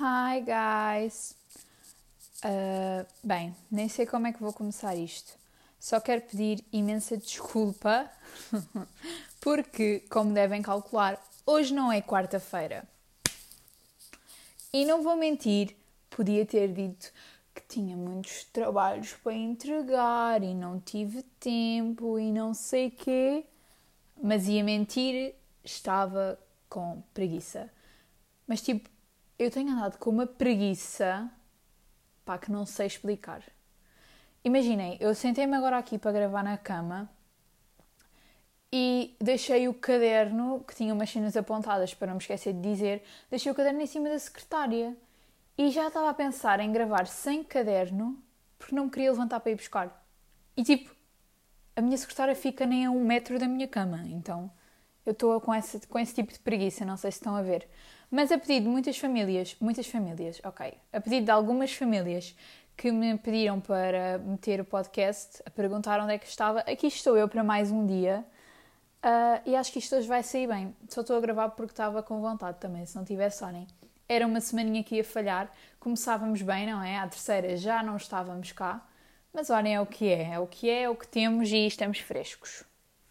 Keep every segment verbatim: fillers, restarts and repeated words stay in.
Hi guys! Uh, bem, nem sei como é que vou começar isto. Só quero pedir imensa desculpa porque, como devem calcular, hoje não é quarta-feira. E não vou mentir, podia ter dito que tinha muitos trabalhos para entregar e não tive tempo e não sei quê, mas ia mentir, estava com preguiça. Mas tipo, eu tenho andado com uma preguiça, pá, que não sei explicar. Imaginem, eu sentei-me agora aqui para gravar na cama e deixei o caderno, que tinha umas cenas apontadas para não me esquecer de dizer, deixei o caderno em cima da secretária. E já estava a pensar em gravar sem caderno, porque não me queria levantar para ir buscar. E tipo, a minha secretária fica nem a um metro da minha cama, então eu estou com esse, com esse tipo de preguiça, não sei se estão a ver. Mas a pedido de muitas famílias, muitas famílias, ok, a pedido de algumas famílias que me pediram para meter o podcast, a perguntar onde é que estava, aqui estou eu para mais um dia uh, e acho que isto hoje vai sair bem. Só estou a gravar porque estava com vontade também, se não tivesse, olhem. Era uma semaninha que ia falhar, começávamos bem, não é? À terceira já não estávamos cá, mas olhem, é o que é, é o que é, é o que temos e estamos frescos.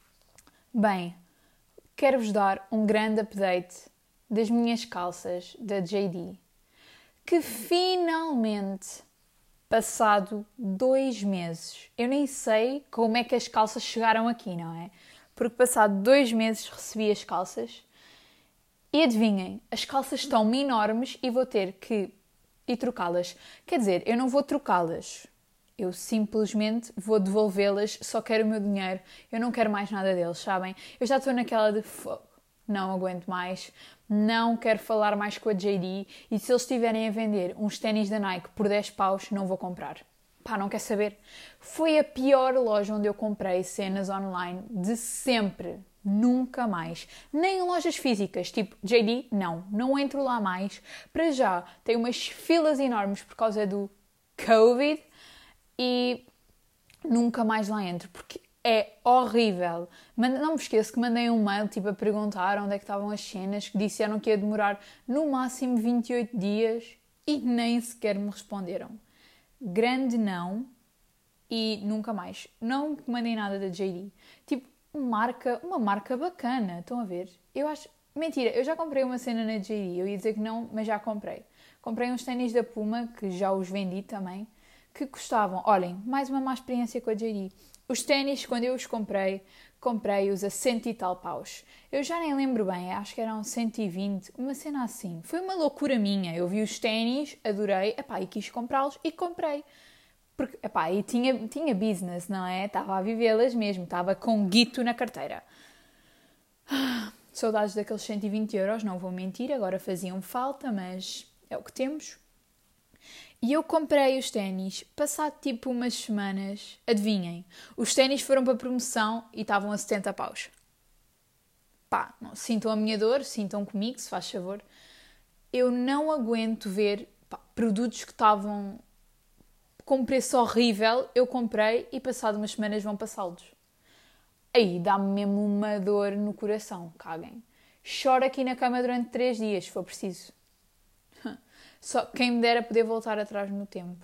Bem, quero-vos dar um grande update das minhas calças da J D, que finalmente, passado dois meses, eu nem sei como é que as calças chegaram aqui, não é? Porque passado dois meses recebi as calças e adivinhem, as calças estão enormes e vou ter que ir trocá-las. Quer dizer, eu não vou trocá-las, eu simplesmente vou devolvê-las, só quero o meu dinheiro, eu não quero mais nada deles, sabem? Eu já estou naquela de fogo, não aguento mais, não quero falar mais com a J D e se eles estiverem a vender uns ténis da Nike por dez paus, não vou comprar. Pá, não quer saber? Foi a pior loja onde eu comprei cenas online de sempre. Nunca mais. Nem em lojas físicas, tipo J D, não. Não entro lá mais. Para já, tem umas filas enormes por causa do Covid e nunca mais lá entro, porque é horrível. Não me esqueço que mandei um mail tipo, a perguntar onde é que estavam as cenas, que disseram que ia demorar no máximo vinte e oito dias e nem sequer me responderam. Grande não e nunca mais. Não mandei nada da J D. Tipo, marca, uma marca bacana, estão a ver? Eu acho... Mentira, eu já comprei uma cena na J D, eu ia dizer que não, mas já comprei. Comprei uns ténis da Puma, que já os vendi também, que custavam, olhem, mais uma má experiência com a J D. Os ténis, quando eu os comprei, comprei-os a cento e tal paus. Eu já nem lembro bem, acho que eram cento e vinte, uma cena assim. Foi uma loucura minha. Eu vi os ténis, adorei, epá, e quis comprá-los e comprei. Porque, epá, e tinha, tinha business, não é? Estava a vivê-las mesmo, estava com guito na carteira. Saudades daqueles cento e vinte euros, não vou mentir, agora faziam falta, mas é o que temos. E eu comprei os ténis, passado tipo umas semanas, adivinhem, os ténis foram para promoção e estavam a setenta paus. Pá, não, sintam a minha dor, sintam comigo, se faz favor. Eu não aguento ver pá, produtos que estavam com preço horrível, eu comprei e passado umas semanas vão passá-los. Aí dá-me mesmo uma dor no coração, caguem. Choro aqui na cama durante três dias, se for preciso. Só quem me dera poder voltar atrás no tempo.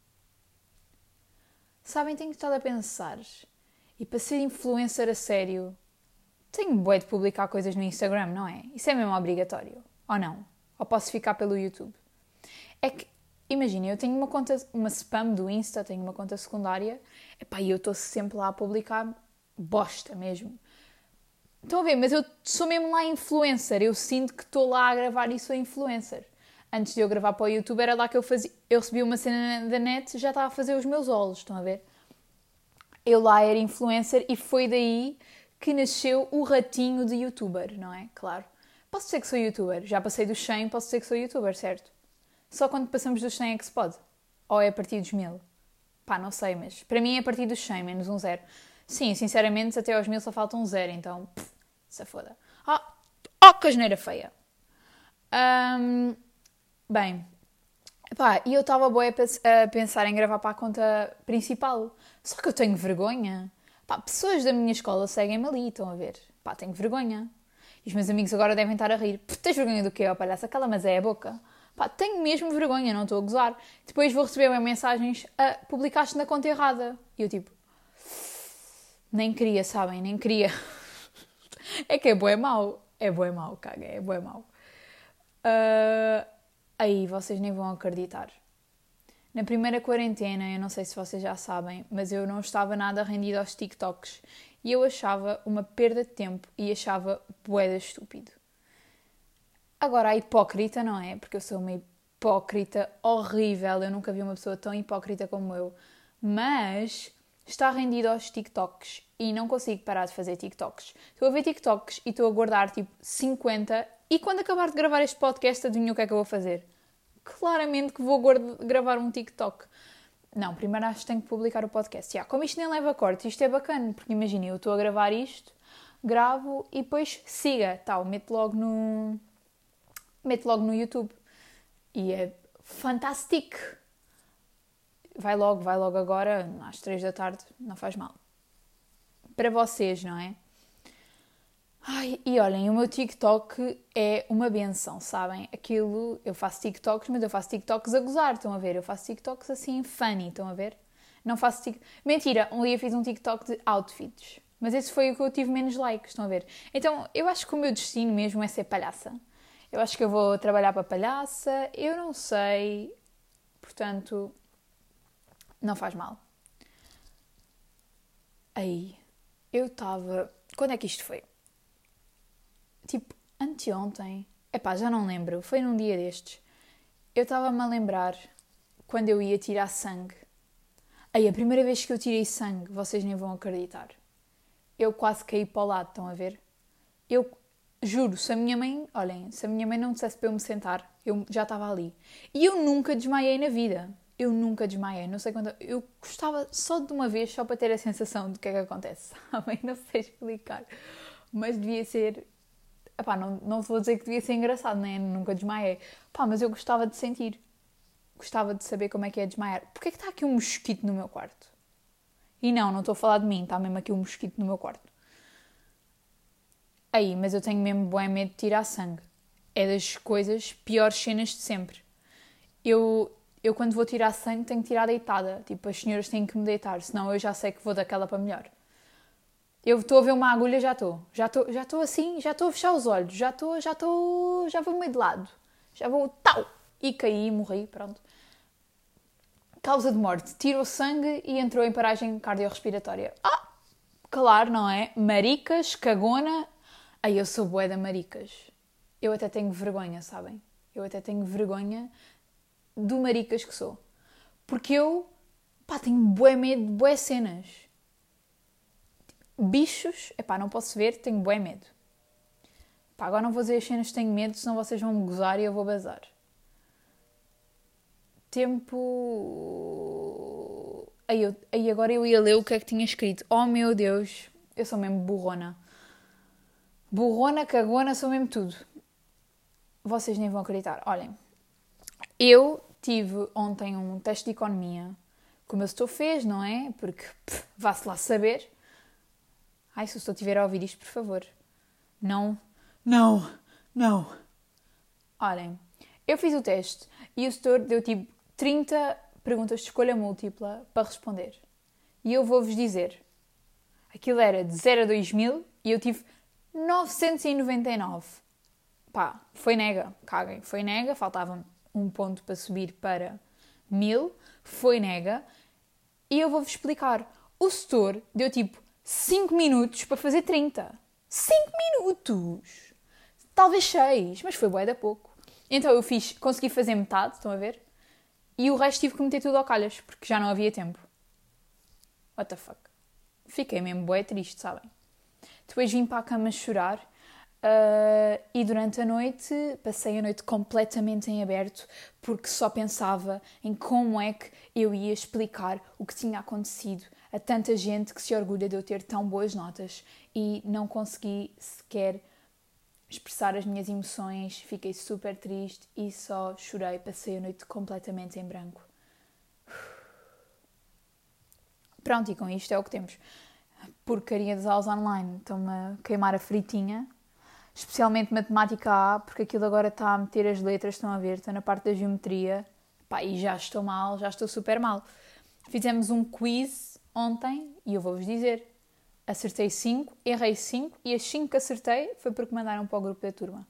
Sabem, tenho estado a pensar. E para ser influencer a sério, tenho bué de publicar coisas no Instagram, não é? Isso é mesmo obrigatório. Ou não? Ou posso ficar pelo YouTube? É que, imaginem, eu tenho uma conta, uma spam do Insta, tenho uma conta secundária, epá, e eu estou sempre lá a publicar bosta mesmo. Estão a ver? Mas eu sou mesmo lá influencer. Eu sinto que estou lá a gravar e sou influencer. Antes de eu gravar para o YouTube, era lá que eu fazia... Eu recebi uma cena da net, já estava a fazer os meus olhos, estão a ver? Eu lá era influencer e foi daí que nasceu o ratinho de youtuber, não é? Claro. Posso dizer que sou youtuber. Já passei dos cem, posso dizer que sou youtuber, certo? Só quando passamos dos cem é que se pode? Ou é a partir dos mil? Pá, não sei, mas para mim é a partir dos cem, menos um zero. Sim, sinceramente, até aos mil só falta um zero, então... Pff, se foda. Ah, oh, que asneira feia. Um... Bem, pá, e eu estava boa a pensar em gravar para a conta principal. Só que eu tenho vergonha. Pá, pessoas da minha escola seguem-me ali, estão a ver. Pá, tenho vergonha. E os meus amigos agora devem estar a rir. Tens vergonha do quê, ó palhaça? Cala, mas é a boca. Pá, tenho mesmo vergonha, não estou a gozar. Depois vou receber mensagens a publicaste na conta errada. E eu tipo, nem queria, sabem? Nem queria. É que é bué mau. É bué mau, caga, é bué mau. Uh, aí, vocês nem vão acreditar. Na primeira quarentena, eu não sei se vocês já sabem, mas eu não estava nada rendida aos TikToks. E eu achava uma perda de tempo e achava bué de estúpido. Agora, a hipócrita, não é? Porque eu sou uma hipócrita horrível. Eu nunca vi uma pessoa tão hipócrita como eu. Mas está rendido aos TikToks e não consigo parar de fazer TikToks. Estou a ver TikToks e estou a guardar tipo cinquenta e quando acabar de gravar este podcast, adivinha o que é que eu vou fazer? Claramente que vou guarda- gravar um TikTok. Não, primeiro acho que tenho que publicar o podcast. Já, como isto nem leva corte, isto é bacana, porque imagina, eu estou a gravar isto, gravo e depois siga, tal, meto logo no... meto logo no YouTube. E é fantástico. Vai logo, vai logo agora, às três da tarde, não faz mal. Para vocês, não é? Ai, e olhem, o meu TikTok é uma benção, sabem? Aquilo, eu faço TikToks, mas eu faço TikToks a gozar, estão a ver? Eu faço TikToks assim, funny, estão a ver? Não faço TikTok... Mentira, um dia fiz um TikTok de outfits, mas esse foi o que eu tive menos likes, estão a ver? Então, eu acho que o meu destino mesmo é ser palhaça. Eu acho que eu vou trabalhar para palhaça, eu não sei, portanto, não faz mal. Aí, eu estava... Quando é que isto foi? Tipo, anteontem. Epá, já não lembro. Foi num dia destes. Eu estava-me a lembrar quando eu ia tirar sangue. Aí, a primeira vez que eu tirei sangue, vocês nem vão acreditar. Eu quase caí para o lado, estão a ver? Eu juro, se a minha mãe... Olhem, se a minha mãe não dissesse para eu me sentar, eu já estava ali. E eu nunca desmaiei na vida. Eu nunca desmaiei. Não sei quando... Eu gostava só de uma vez, só para ter a sensação do que é que acontece. Sabem? Não sei explicar. Mas devia ser... Epá, não, não vou dizer que devia ser engraçado, né? Nunca desmaiei. Pá, mas eu gostava de sentir. Gostava de saber como é que é desmaiar. Porquê é que está aqui um mosquito no meu quarto? E não, não estou a falar de mim. Está mesmo aqui um mosquito no meu quarto. Aí, mas eu tenho mesmo bué medo de tirar sangue. É das coisas, piores cenas de sempre. Eu, eu quando vou tirar sangue, tenho que tirar deitada. Tipo, as senhoras têm que me deitar. Senão eu já sei que vou daquela para melhor. Eu estou a ver uma agulha, já estou. Já estou já estou assim, já estou a fechar os olhos. Já estou, já estou, já vou meio de lado. Já vou, tal! E caí, morri, pronto. Causa de morte. Tirou sangue e entrou em paragem cardiorrespiratória. Ah! Claro, não é? Maricas, cagona. Ai, eu sou bué da maricas. Eu até tenho vergonha, sabem? Eu até tenho vergonha do maricas que sou. Porque eu, pá, tenho bué medo de bué cenas. Bichos, epá, não posso ver, tenho bué medo. Pá, agora não vou dizer as cenas que tenho medo, senão vocês vão me gozar e eu vou bazar. Tempo... Aí, eu, aí agora eu ia ler o que é que tinha escrito. Oh meu Deus, eu sou mesmo burrona. Burrona, cagona, sou mesmo tudo. Vocês nem vão acreditar. Olhem, eu tive ontem um teste de economia. Como eu estou fez, não é? Porque vá-se lá saber... Ai, se o senhor estiver a ouvir isto, por favor. Não, não, não. Olhem, eu fiz o teste e o setor deu tipo trinta perguntas de escolha múltipla para responder. E eu vou-vos dizer. Aquilo era de zero a dois mil e eu tive novecentos e noventa e nove. Pá, foi nega. Caguem, foi nega. Faltava um ponto para subir para mil. Foi nega. E eu vou-vos explicar. O setor deu tipo cinco minutos para fazer trinta. cinco minutos! Talvez seis, mas foi bué da pouco. Então eu fiz, consegui fazer metade, estão a ver? E o resto tive que meter tudo ao calhas, porque já não havia tempo. What the fuck? Fiquei mesmo bué triste, sabem? Depois vim para a cama chorar uh, e durante a noite, passei a noite completamente em aberto, porque só pensava em como é que eu ia explicar o que tinha acontecido a tanta gente que se orgulha de eu ter tão boas notas e não consegui sequer expressar as minhas emoções, fiquei super triste e só chorei, passei a noite completamente em branco. Pronto, e com isto é o que temos. Porcaria das aulas online, estão-me a queimar a fritinha especialmente matemática A, porque aquilo agora está a meter as letras, estão a ver, está na parte da geometria. Pá, e já estou mal, já estou super mal. Fizemos um quiz ontem e eu vou-vos dizer, acertei cinco, errei cinco e as cinco que acertei foi porque mandaram para o grupo da turma.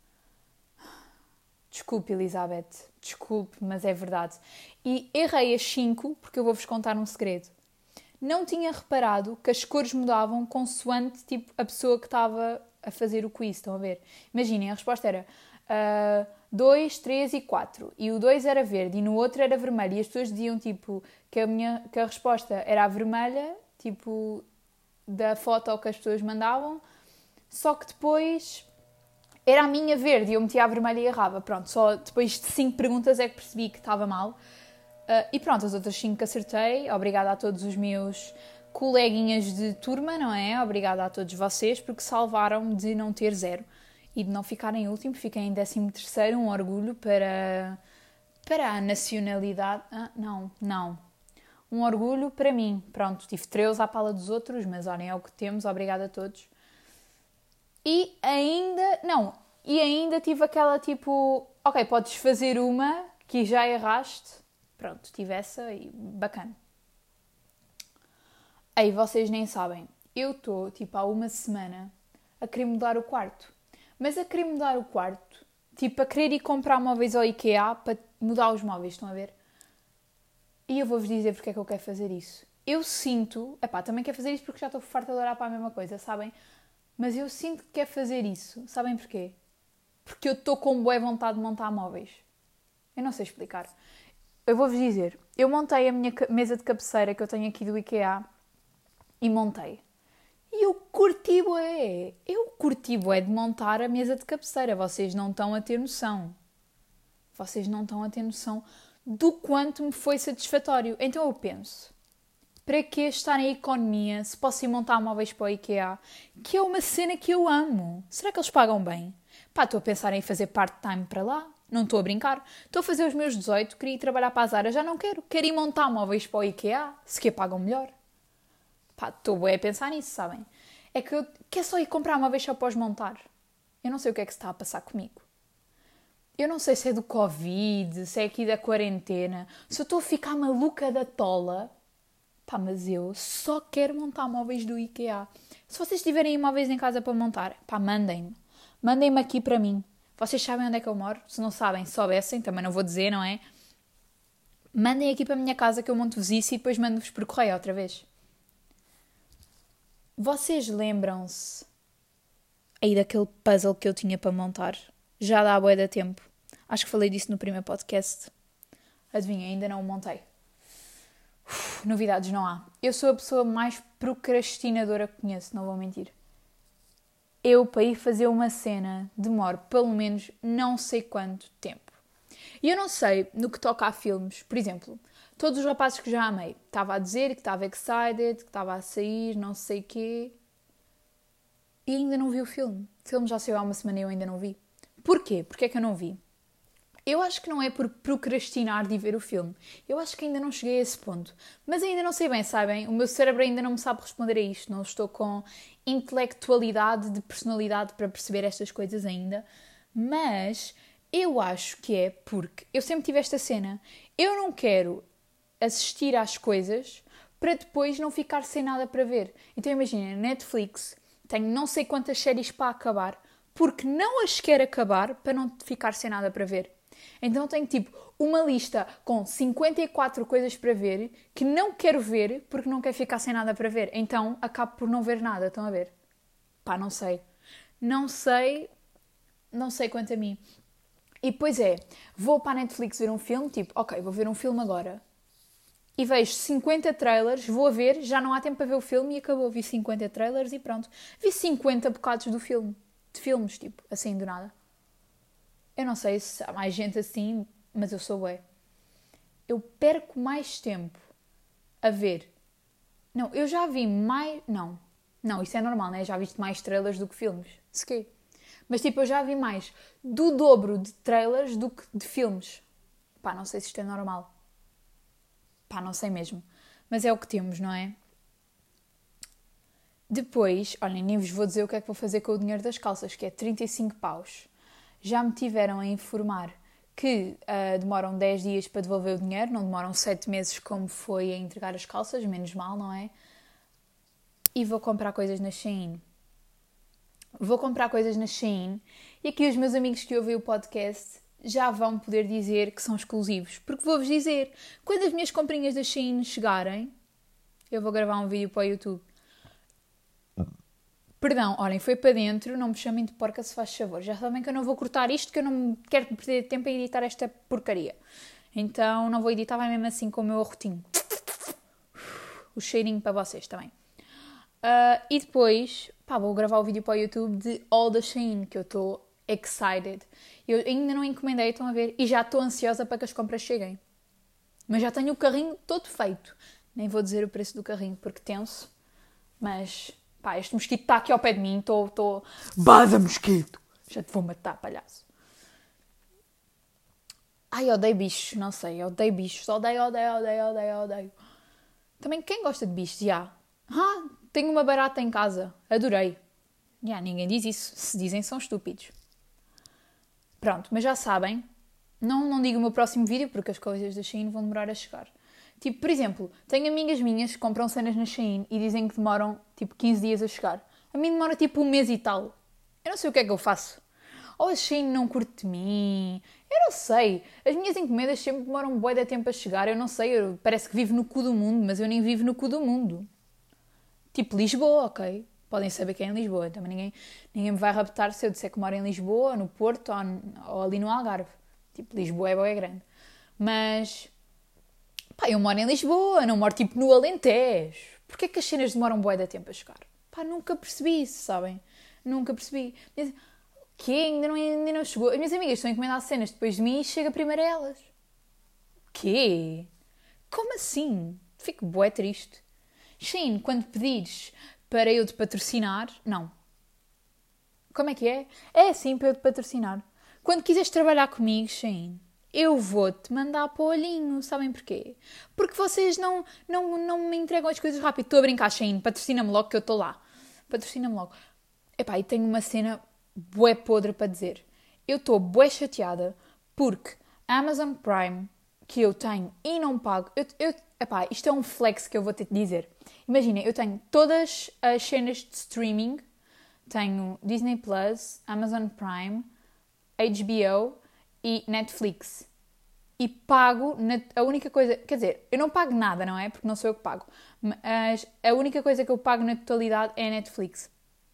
Desculpe, Elizabeth, desculpe, mas é verdade. E errei as cinco porque eu vou-vos contar um segredo. Não tinha reparado que as cores mudavam consoante tipo, a pessoa que estava a fazer o quiz, estão a ver? Imaginem, a resposta era dois, três e quatro. E o dois era verde e no outro era vermelho. E as pessoas diziam tipo, que, a minha, que a resposta era a vermelha, tipo, da foto que as pessoas mandavam. Só que depois era a minha verde e eu metia a vermelha e errava. Pronto, só depois de cinco perguntas é que percebi que estava mal. Uh, e pronto, as outras cinco que acertei. Obrigada a todos os meus coleguinhas de turma, não é? Obrigada a todos vocês, porque salvaram-me de não ter zero e de não ficar em último. Fiquei em décimo terceiro, um orgulho para, para a nacionalidade. Ah, não, não. Um orgulho para mim. Pronto, tive treze à pala dos outros, mas olhem, é o que temos. Obrigada a todos. E ainda, não, e ainda tive aquela tipo, ok, podes fazer uma que já erraste. Pronto, tive essa e bacana. Aí vocês nem sabem, eu estou tipo há uma semana a querer mudar o quarto. Mas a querer mudar o quarto, tipo a querer ir comprar móveis ao IKEA para mudar os móveis, estão a ver? E eu vou-vos dizer porque é que eu quero fazer isso. Eu sinto, epá, também quero fazer isso porque já estou farta de olhar para a mesma coisa, sabem? Mas eu sinto que quero fazer isso. Sabem porquê? Porque eu estou com boa vontade de montar móveis. Eu não sei explicar. Eu vou-vos dizer. Eu montei a minha mesa de cabeceira que eu tenho aqui do IKEA. E montei. E eu curti bué. Eu curti bué de montar a mesa de cabeceira. Vocês não estão a ter noção. Vocês não estão a ter noção do quanto me foi satisfatório. Então eu penso... Para que estar em economia se posso ir montar móveis para o IKEA? Que é uma cena que eu amo. Será que eles pagam bem? Pá, estou a pensar em fazer part-time para lá. Não estou a brincar. Estou a fazer os meus dezoito, queria ir trabalhar para a Zara, já não quero. Quero ir montar móveis para o IKEA, se que pagam melhor. Pá, estou bem a pensar nisso, sabem? É que eu quero só ir comprar móveis só para os montar. Eu não sei o que é que se está a passar comigo. Eu não sei se é do Covid, se é aqui da quarentena, se eu estou a ficar maluca da tola... Pá, mas eu só quero montar móveis do IKEA. Se vocês tiverem móveis em casa para montar, pá, mandem-me. Mandem-me aqui para mim. Vocês sabem onde é que eu moro? Se não sabem, soubessem, também não vou dizer, não é? Mandem aqui para a minha casa que eu monto-vos isso e depois mando-vos por correio outra vez. Vocês lembram-se aí daquele puzzle que eu tinha para montar? Já dá bué de tempo. Acho que falei disso no primeiro podcast. Adivinha, ainda não o montei. Uf, novidades não há. Eu sou a pessoa mais procrastinadora que conheço, não vou mentir. Eu, para ir fazer uma cena, demoro pelo menos não sei quanto tempo. E eu não sei, no que toca a filmes, por exemplo, todos os rapazes que já amei, estava a dizer que estava excited, que estava a sair, não sei o quê, e ainda não vi o filme. O filme já saiu há uma semana e eu ainda não vi. Porquê? Porquê é que eu não vi? Eu acho que não é por procrastinar de ir ver o filme. Eu acho que ainda não cheguei a esse ponto. Mas ainda não sei bem, sabem? O meu cérebro ainda não me sabe responder a isto. Não estou com intelectualidade de personalidade para perceber estas coisas ainda. Mas eu acho que é porque eu sempre tive esta cena. Eu não quero assistir às coisas para depois não ficar sem nada para ver. Então imagina, Netflix, tenho não sei quantas séries para acabar, porque não as quero acabar para não ficar sem nada para ver. Então tenho tipo uma lista com cinquenta e quatro coisas para ver que não quero ver porque não quero ficar sem nada para ver. Então acabo por não ver nada, estão a ver? Pá, não sei. Não sei, não sei quanto a mim. E depois é, vou para a Netflix ver um filme, tipo, ok, vou ver um filme agora. E vejo cinquenta trailers, vou a ver, já não há tempo para ver o filme e acabou. Vi cinquenta trailers e pronto. Vi cinquenta bocados do filme. De filmes, tipo, assim, do nada. Eu não sei se há mais gente assim, mas eu sou bué. Eu perco mais tempo a ver. Não, eu já vi mais... Não, não, isso é normal, né? Já viste mais trailers do que filmes. Se quê? Mas tipo, eu já vi mais do dobro de trailers do que de filmes. Pá, não sei se isto é normal. Pá, não sei mesmo. Mas é o que temos, não é? Depois, olhem, nem vos vou dizer o que é que vou fazer com o dinheiro das calças, que é trinta e cinco paus. Já me tiveram a informar que uh, demoram dez dias para devolver o dinheiro, não demoram sete meses como foi a entregar as calças, menos mal, não é? E vou comprar coisas na Shein. Vou comprar coisas na Shein e aqui os meus amigos que ouvem o podcast já vão poder dizer que são exclusivos. Porque vou-vos dizer, quando as minhas comprinhas da Shein chegarem, eu vou gravar um vídeo para o YouTube. Perdão, olhem, foi para dentro, não me chamem de porca se faz favor. Já sabem que eu não vou cortar isto, que eu não quero perder tempo a editar esta porcaria. Então não vou editar, vai mesmo assim com o meu arrotinho. O cheirinho para vocês também. Uh, e depois, pá, vou gravar o vídeo para o YouTube de All the Shein, que eu estou excited. Eu ainda não encomendei, estão a ver, e já estou ansiosa para que as compras cheguem. Mas já tenho o carrinho todo feito. Nem vou dizer o preço do carrinho, porque tenso, mas... Pá, este mosquito está aqui ao pé de mim, estou... Tô... Baza, mosquito! Já te vou matar, palhaço. Ai, odeio bichos, não sei, odeio bichos. Odeio, odeio, odeio, odeio, odeio. Também, quem gosta de bichos? Já. Ah, tenho uma barata em casa. Adorei. Já, ninguém diz isso. Se dizem, são estúpidos. Pronto, mas já sabem. Não, não digo o meu próximo vídeo, porque as coisas da Shein vão demorar a chegar. Tipo, por exemplo, tenho amigas minhas que compram cenas na Shein e dizem que demoram, tipo, quinze dias a chegar. A mim demora, tipo, um mês e tal. Eu não sei o que é que eu faço. Ou a Shein não curte de mim. Eu não sei. As minhas encomendas sempre demoram bué de tempo a chegar. Eu não sei. Eu, parece que vivo no cu do mundo, mas eu nem vivo no cu do mundo. Tipo, Lisboa, ok? Podem saber que é em Lisboa. Também ninguém, ninguém me vai raptar se eu disser que moro em Lisboa, no Porto ou, ou ali no Algarve. Tipo, Lisboa é bué grande. Mas... Pá, eu moro em Lisboa, não moro tipo no Alentejo. Porquê é que as cenas demoram bué de tempo a chegar? Pá, nunca percebi isso, sabem? Nunca percebi. O quê? Ainda não, ainda não chegou. As minhas amigas estão a encomendar cenas depois de mim e chega primeiro a elas. O quê? Como assim? Fico bué triste. Shein, quando pedires para eu te patrocinar... Não. Como é que é? É assim para eu te patrocinar. Quando quiseres trabalhar comigo, Shein... Eu vou-te mandar para o olhinho, sabem porquê? Porque vocês não, não, não me entregam as coisas rápido. Estou a brincar, Shein, patrocina-me logo que eu estou lá. Patrocina-me logo. Epá, e tenho uma cena bué podre para dizer. Eu estou bué chateada porque a Amazon Prime, que eu tenho e não pago... Eu, eu, epá, isto é um flex que eu vou ter de dizer. Imaginem, eu tenho todas as cenas de streaming. Tenho Disney Plus, Amazon Prime, H B O... e Netflix. E pago, na, a única coisa... Quer dizer, eu não pago nada, não é? Porque não sou eu que pago. Mas a única coisa que eu pago na totalidade é a Netflix.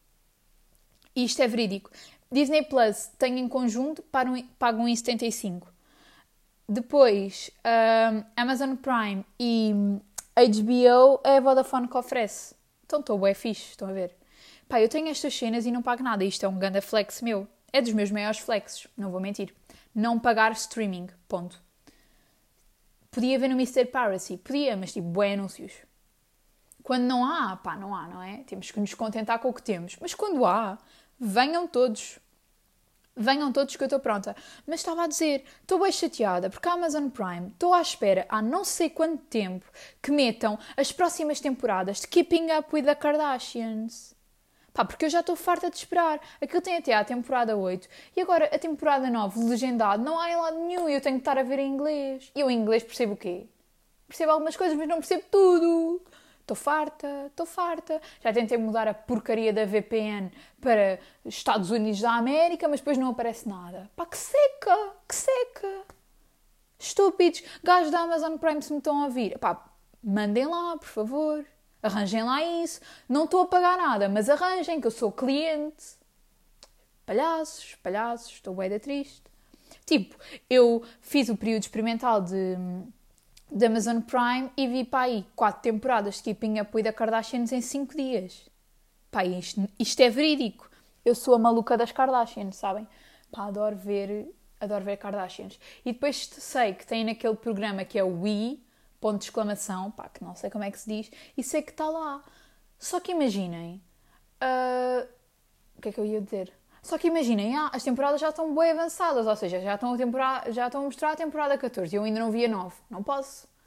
E isto é verídico. Disney Plus tenho em conjunto, pago, pago um vírgula setenta e cinco. Depois, um, Amazon Prime e H B O é a Vodafone que oferece. Então estou bem fixe, estão a ver? Pá, eu tenho estas cenas e não pago nada. Isto é um ganda flex meu. É dos meus maiores flexes, não vou mentir. Não pagar streaming, ponto. Podia ver no mister Piracy, podia, mas tipo, bué anúncios. Quando não há, pá, não há, não é? Temos que nos contentar com o que temos. Mas quando há, venham todos. Venham todos que eu estou pronta. Mas estava a dizer, estou bem chateada, porque a Amazon Prime, estou à espera há não sei quanto tempo que metam as próximas temporadas de Keeping Up with the Kardashians. Pá, porque eu já estou farta de esperar. Aquilo tem até à temporada oito. E agora a temporada nove, legendado, não há em lado nenhum. E eu tenho que estar a ver em inglês. E eu em inglês percebo o quê? Percebo algumas coisas, mas não percebo tudo. Estou farta, estou farta. Já tentei mudar a porcaria da V P N para Estados Unidos da América, mas depois não aparece nada. Pá, que seca, que seca. Estúpidos. Gajos da Amazon Prime, se me estão a ouvir. Pá, mandem lá, por favor. Arranjem lá isso. Não estou a pagar nada, mas arranjem, que eu sou cliente. Palhaços, palhaços, estou bué da triste. Tipo, eu fiz o período experimental de, de Amazon Prime e vi para aí quatro temporadas de Keeping Up with the Kardashians em cinco dias. Pá, isto, isto é verídico. Eu sou a maluca das Kardashians, sabem? Pá, adoro ver, adoro ver Kardashians. E depois sei que tem naquele programa que é o We... ponto de exclamação, pá, que não sei como é que se diz, e sei que está lá. Só que imaginem, uh, o que é que eu ia dizer? Só que imaginem, ah, as temporadas já estão bem avançadas, ou seja, já estão, a temporada, já estão a mostrar a temporada catorze e eu ainda não vi a nove. Não posso.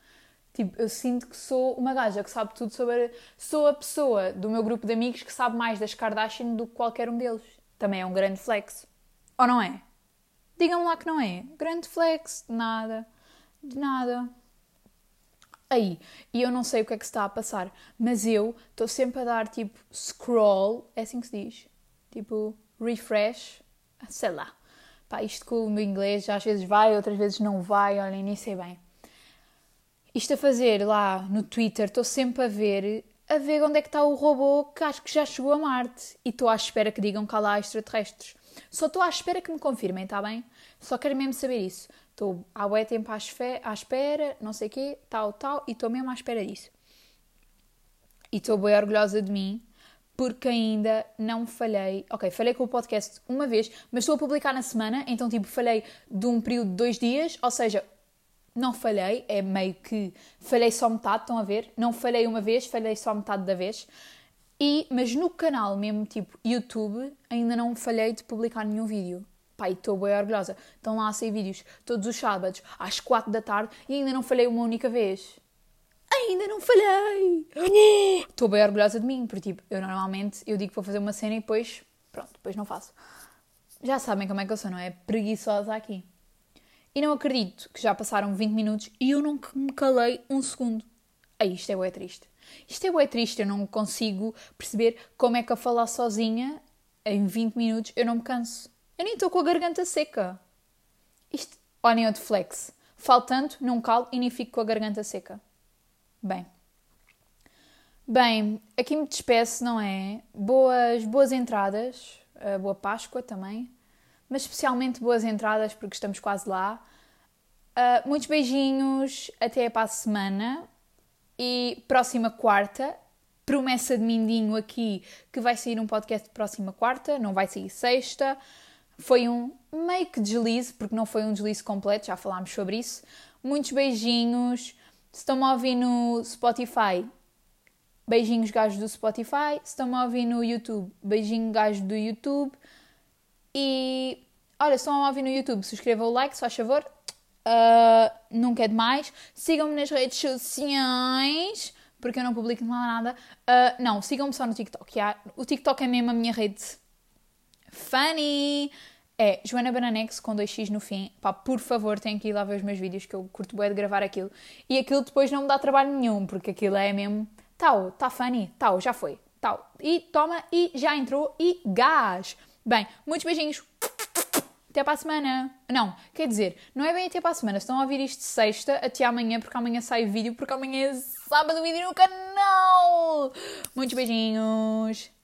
Tipo, eu sinto que sou uma gaja que sabe tudo sobre... Sou a pessoa do meu grupo de amigos que sabe mais das Kardashian do que qualquer um deles. Também é um grande flex. Ou não é? Digam-me lá que não é. Grande flex. De nada. De nada. Aí, e eu não sei o que é que se está a passar, mas eu estou sempre a dar, tipo, scroll, é assim que se diz? Tipo, refresh, sei lá. Pá, isto com o meu inglês às vezes vai, outras vezes não vai, olhem, nem sei bem. Isto a fazer lá no Twitter, estou sempre a ver, a ver onde é que está o robô que acho que já chegou a Marte. E estou à espera que digam que há lá extraterrestres. Só estou à espera que me confirmem, está bem? Só quero mesmo saber isso. Estou há bué tempo à, esfe- à espera, não sei o quê, tal, tal, e estou mesmo à espera disso. E estou bem orgulhosa de mim, porque ainda não falhei. Ok, falhei com o podcast uma vez, mas estou a publicar na semana, então tipo, falhei de um período de dois dias, ou seja, não falhei, é meio que falhei só metade, estão a ver? Não falhei uma vez, falhei só metade da vez. E, mas no canal mesmo, tipo YouTube, ainda não falhei de publicar nenhum vídeo. Pai, estou bem orgulhosa. Estão lá a sair vídeos todos os sábados, às quatro da tarde, e ainda não falhei uma única vez. Ainda não falhei! Estou bem orgulhosa de mim, porque tipo, eu normalmente, eu digo que vou fazer uma cena e depois, pronto, depois não faço. Já sabem como é que eu sou, não é? Preguiçosa aqui. E não acredito que já passaram vinte minutos e eu não me calei um segundo. Aí, isto é bué triste. Isto é bué triste, eu não consigo perceber como é que a falar sozinha, em vinte minutos, eu não me canso. Eu nem estou com a garganta seca. Isto, olhem outro flex. Falo tanto, não calo e nem fico com a garganta seca. Bem. Bem, aqui me despeço, não é? Boas, boas entradas. Uh, boa Páscoa também. Mas especialmente boas entradas, porque estamos quase lá. Uh, muitos beijinhos. Até para a semana. E próxima quarta, promessa de mindinho aqui, que vai sair um podcast de próxima quarta, não vai sair sexta. Foi um meio que deslize, porque não foi um deslize completo, já falámos sobre isso. Muitos beijinhos. Se estão-me a ouvir no Spotify, beijinhos gajos do Spotify. Se estão-me a ouvir no YouTube, beijinho gajos do YouTube. E, olha, se estão a ouvir no YouTube, subscrevam o like, se faz favor. Uh, nunca é demais. Sigam-me nas redes sociais, porque eu não publico nada. Uh, não, sigam-me só no TikTok. Yeah. O TikTok é mesmo a minha rede funny. É Joana Bananex com dois x no fim. Pá, por favor, têm que ir lá ver os meus vídeos, que eu curto bem de gravar aquilo. E aquilo depois não me dá trabalho nenhum, porque aquilo é mesmo... Tal, tá funny, tal, já foi. Tal. E toma, e já entrou, e gás. Bem, muitos beijinhos. Até para a semana. Não, quer dizer, não é bem até para a semana. Estão a ouvir isto de sexta até amanhã, porque amanhã sai vídeo, porque amanhã é sábado vídeo no canal. Muitos beijinhos.